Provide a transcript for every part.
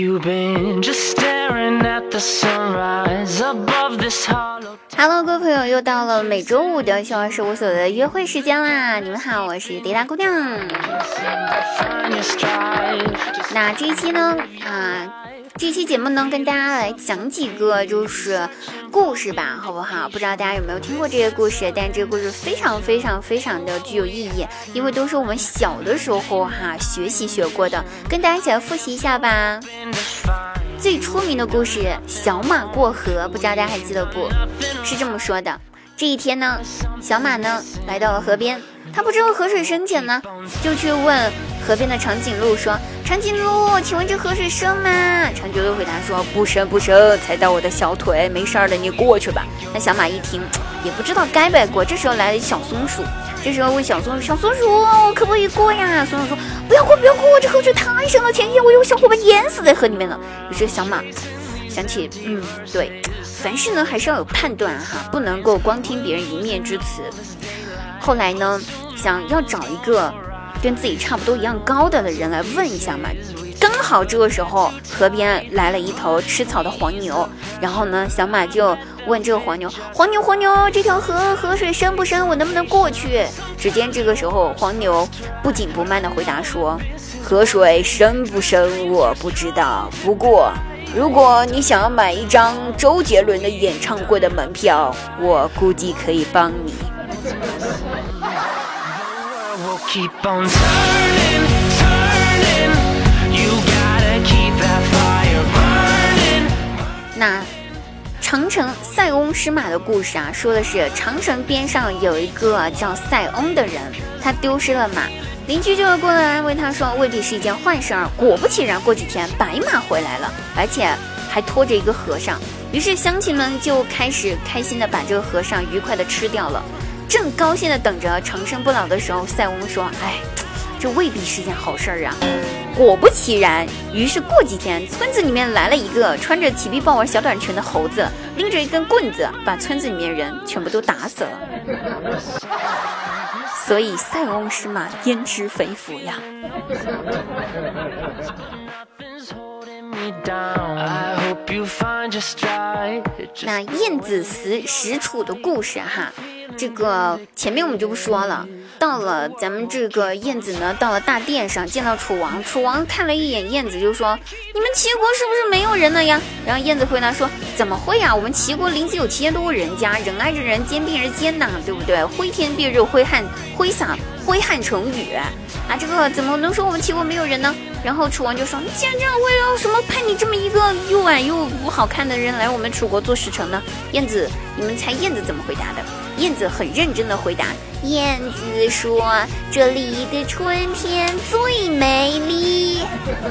Hello， 各位朋友，又到了每周五的笑话事务所的约会时间啦！你们好，我是迪拉姑娘。那这一期呢，这期节目呢，跟大家来讲几个就是故事吧，好不好？不知道大家有没有听过这些故事，但这个故事非常的具有意义，因为都是我们小的时候学过的，跟大家一起来复习一下吧。最出名的故事小马过河，不知道大家还记得不？是这么说的，这一天呢，小马呢来到了河边，他不知道河水深浅呢，就去问河边的长颈鹿说，长颈鹿，请问这河水深吗？长颈鹿回答说，不深，才到我的小腿，没事的，你过去吧。那小马一听也不知道该不该过，这时候来了小松鼠，这时候问小松鼠，我可不可以过呀？松鼠说，不要过，这河水太深了，前几天我有小伙伴淹死在河里面了。于是小马想起，对，凡事呢还是要有判断不能够光听别人一面之词。后来呢，想要找一个跟自己差不多一样高的人来问一下嘛。刚好这个时候河边来了一头吃草的黄牛，然后呢，小马就问这个黄牛，这条河水深不深？我能不能过去？只见这个时候黄牛不紧不慢地回答说，河水深不深我不知道，不过如果你想要买一张周杰伦的演唱会的门票，我估计可以帮你。那长城塞翁失马的故事说的是长城边上有一个叫塞翁的人，他丢失了马，邻居就要过来安慰他说，未必是一件坏事。果不其然，过几天白马回来了，而且还拖着一个和尚。于是乡亲们就开始开心的把这个和尚愉快的吃掉了。正高兴的等着长生不老的时候，塞翁说，这未必是件好事啊。果不其然，于是过几天村子里面来了一个穿着齐臂豹纹小短裙的猴子，拎着一根棍子把村子里面人全部都打死了。所以塞翁失马焉知非福呀。那晏子使楚的故事这个前面我们就不说了。到了咱们这个晏子呢，到了大殿上见到楚王，楚王看了一眼晏子就说，你们齐国是不是没有人了呀？然后晏子回答说，怎么会呀？我们齐国邻居有7000多个人家，人挨着人，肩并着肩呐，对不对？挥天蔽日，挥汗成雨这个怎么能说我们齐国没有人呢？然后楚王就说，你既然这样，为了什么派你这么一个又矮又不好看的人来我们楚国做使臣呢？你们猜晏子怎么回答的？晏子很认真的回答，晏子说，这里的春天最美丽。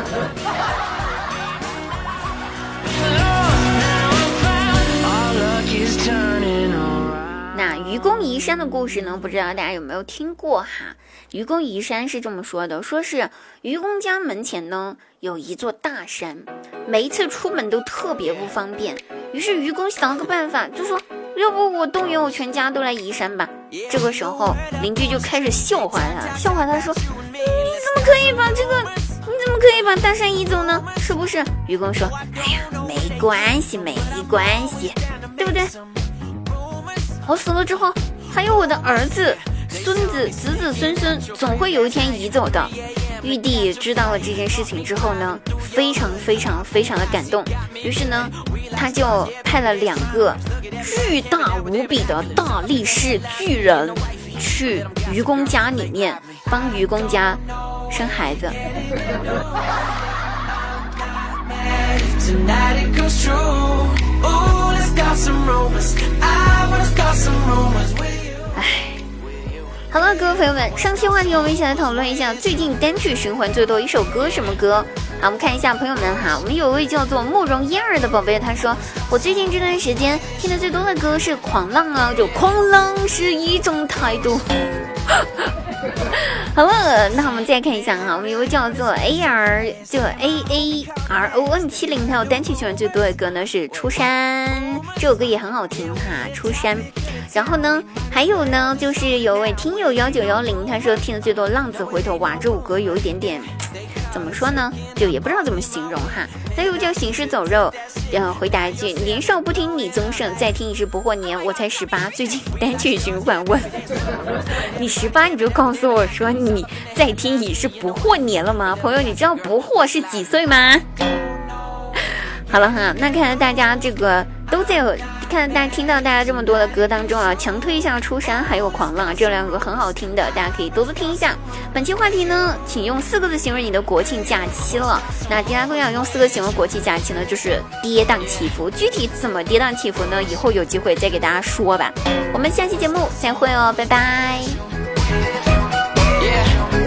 那愚公移山的故事呢，不知道大家有没有听过愚公移山是这么说的，说是愚公家门前呢有一座大山，每一次出门都特别不方便，于是愚公想了个办法，就说，要不我动员我全家都来移山吧。这个时候邻居就开始笑话他说，你怎么可以把大山移走呢？是不是？愚公说，没关系，对不对？我死了之后还有我的儿子孙子子子孙孙，总会有一天移走的。玉帝知道了这件事情之后呢，非常的感动，于是呢他就派了2个巨大无比的大力士巨人去愚公家里面帮愚公家生孩子。好了，各位朋友们，上期话题我们一起来讨论一下最近单曲循环最多一首歌什么歌。好，我们看一下朋友们我们有一位叫做慕容嫣儿的宝贝，他说，我最近这段时间听的最多的歌是狂浪就狂浪是一种态度。好了，那我们再看一下我们有个叫做 AARON70， 他有单曲循环最多的歌呢是出山，这首歌也很好听出山。然后呢还有呢就是有位听友1910，他说听的最多浪子回头，哇，这首歌有一点点怎么说呢？就也不知道怎么形容哈。那又叫行尸走肉，回答一句：年少不听你宗盛，再听已是不惑年。我才18，最近单曲循环问。你18你就告诉我说你再听已是不惑年了吗？朋友，你知道不惑是几岁吗？好了哈，那看来大家这个都在听到大家这么多的歌当中啊，强推一下出山还有狂浪这2个很好听的，大家可以多多听一下。本期话题呢，请用4个字形容你的国庆假期了。那迪拉姑娘用4个形容国庆假期呢，就是跌宕起伏。具体怎么跌宕起伏呢？以后有机会再给大家说吧。我们下期节目再会哦，拜拜。